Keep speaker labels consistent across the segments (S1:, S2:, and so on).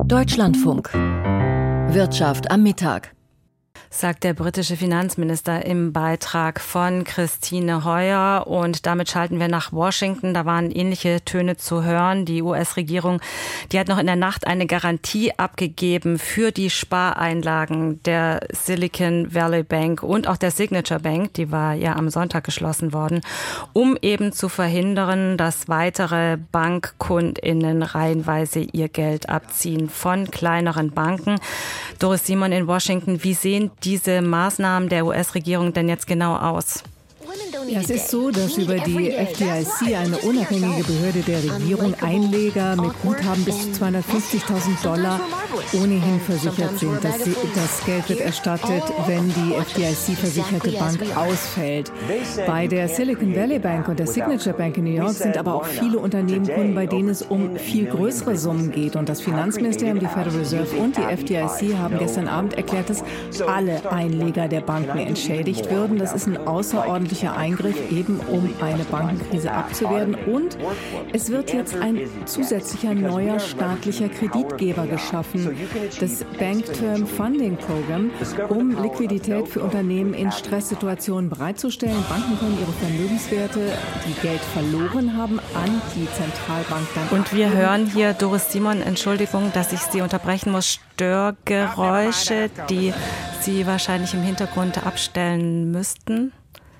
S1: Deutschlandfunk. Wirtschaft am Mittag.
S2: Sagt der britische Finanzminister im Beitrag von Christine Heuer. Und damit schalten wir nach Washington. Da waren ähnliche Töne zu hören. Die US-Regierung, die hat noch in der Nacht eine Garantie abgegeben für die Spareinlagen der Silicon Valley Bank und auch der Signature Bank. Die war ja am Sonntag geschlossen worden, um eben zu verhindern, dass weitere BankkundInnen reihenweise ihr Geld abziehen von kleineren Banken. Doris Simon in Washington, wie sehen diese Maßnahmen der US-Regierung denn jetzt genau aus?
S3: Ja, es ist so, dass über die FDIC, eine unabhängige Behörde der Regierung, Einleger mit Guthaben bis zu $250.000 ohnehin versichert sind. Das Geld wird erstattet, wenn die FDIC-versicherte Bank ausfällt. Bei der Silicon Valley Bank und der Signature Bank in New York sind aber auch viele Unternehmen Kunden, bei denen es um viel größere Summen geht. Und das Finanzministerium, die Federal Reserve und die FDIC haben gestern Abend erklärt, dass alle Einleger der Banken entschädigt würden. Das ist ein außerordentlicher Eingriff, eben um eine Bankenkrise abzuwehren. Und es wird jetzt ein zusätzlicher neuer staatlicher Kreditgeber geschaffen, das Bank Term Funding Program, um Liquidität für Unternehmen in Stresssituationen bereitzustellen. Banken können ihre Vermögenswerte, die Geld verloren haben, an die Zentralbank dann.
S2: Und wir hören hier, Doris Simon, Entschuldigung, dass ich Sie unterbrechen muss, Störgeräusche, die Sie wahrscheinlich im Hintergrund abstellen müssten.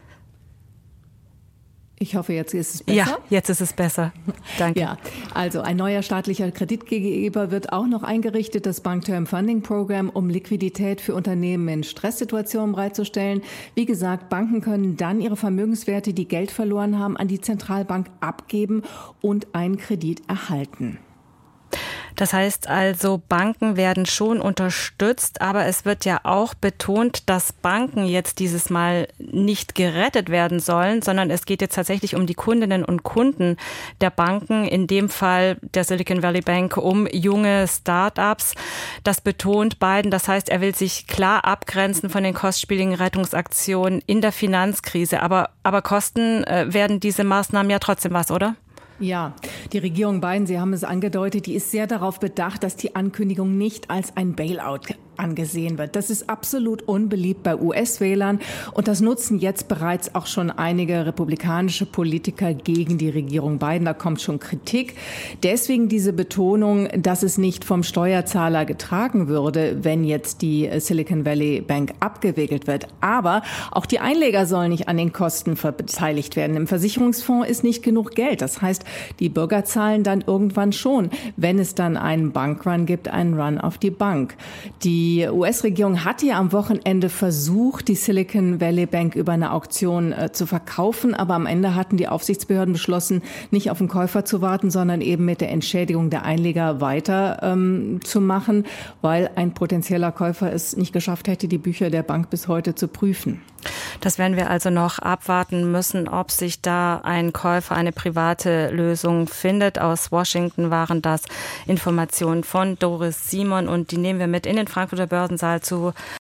S3: Ich hoffe, jetzt ist es besser.
S2: Ja, jetzt ist es besser. Danke.
S3: Ja, also ein neuer staatlicher Kreditgeber wird auch noch eingerichtet, das Bank Term Funding Program, um Liquidität für Unternehmen in Stresssituationen bereitzustellen. Wie gesagt, Banken können dann ihre Vermögenswerte, die Geld verloren haben, an die Zentralbank abgeben und einen Kredit erhalten.
S2: Das heißt also, Banken werden schon unterstützt, aber es wird ja auch betont, dass Banken jetzt dieses Mal nicht gerettet werden sollen, sondern es geht jetzt tatsächlich um die Kundinnen und Kunden der Banken, in dem Fall der Silicon Valley Bank, um junge Start-ups. Das betont Biden. Das heißt, er will sich klar abgrenzen von den kostspieligen Rettungsaktionen in der Finanzkrise. Aber kosten werden diese Maßnahmen ja trotzdem was, oder?
S3: Ja, die Regierung Biden, Sie haben es angedeutet, die ist sehr darauf bedacht, dass die Ankündigung nicht als ein Bailout angesehen wird. Das ist absolut unbeliebt bei US-Wählern und das nutzen jetzt bereits auch schon einige republikanische Politiker gegen die Regierung Biden. Da kommt schon Kritik. Deswegen diese Betonung, dass es nicht vom Steuerzahler getragen würde, wenn jetzt die Silicon Valley Bank abgewickelt wird. Aber auch die Einleger sollen nicht an den Kosten beteiligt werden. Im Versicherungsfonds ist nicht genug Geld. Das heißt, die Bürger zahlen dann irgendwann schon, wenn es dann einen Bankrun gibt, einen Run auf die Bank. Die US-Regierung hatte ja am Wochenende versucht, die Silicon Valley Bank über eine Auktion zu verkaufen, aber am Ende hatten die Aufsichtsbehörden beschlossen, nicht auf den Käufer zu warten, sondern eben mit der Entschädigung der Einleger weiter zu machen, weil ein potenzieller Käufer es nicht geschafft hätte, die Bücher der Bank bis heute zu prüfen.
S2: Das werden wir also noch abwarten müssen, ob sich da ein Käufer eine private Lösung findet. Aus Washington waren das Informationen von Doris Simon und die nehmen wir mit in den Frankfurter Börsensaal zu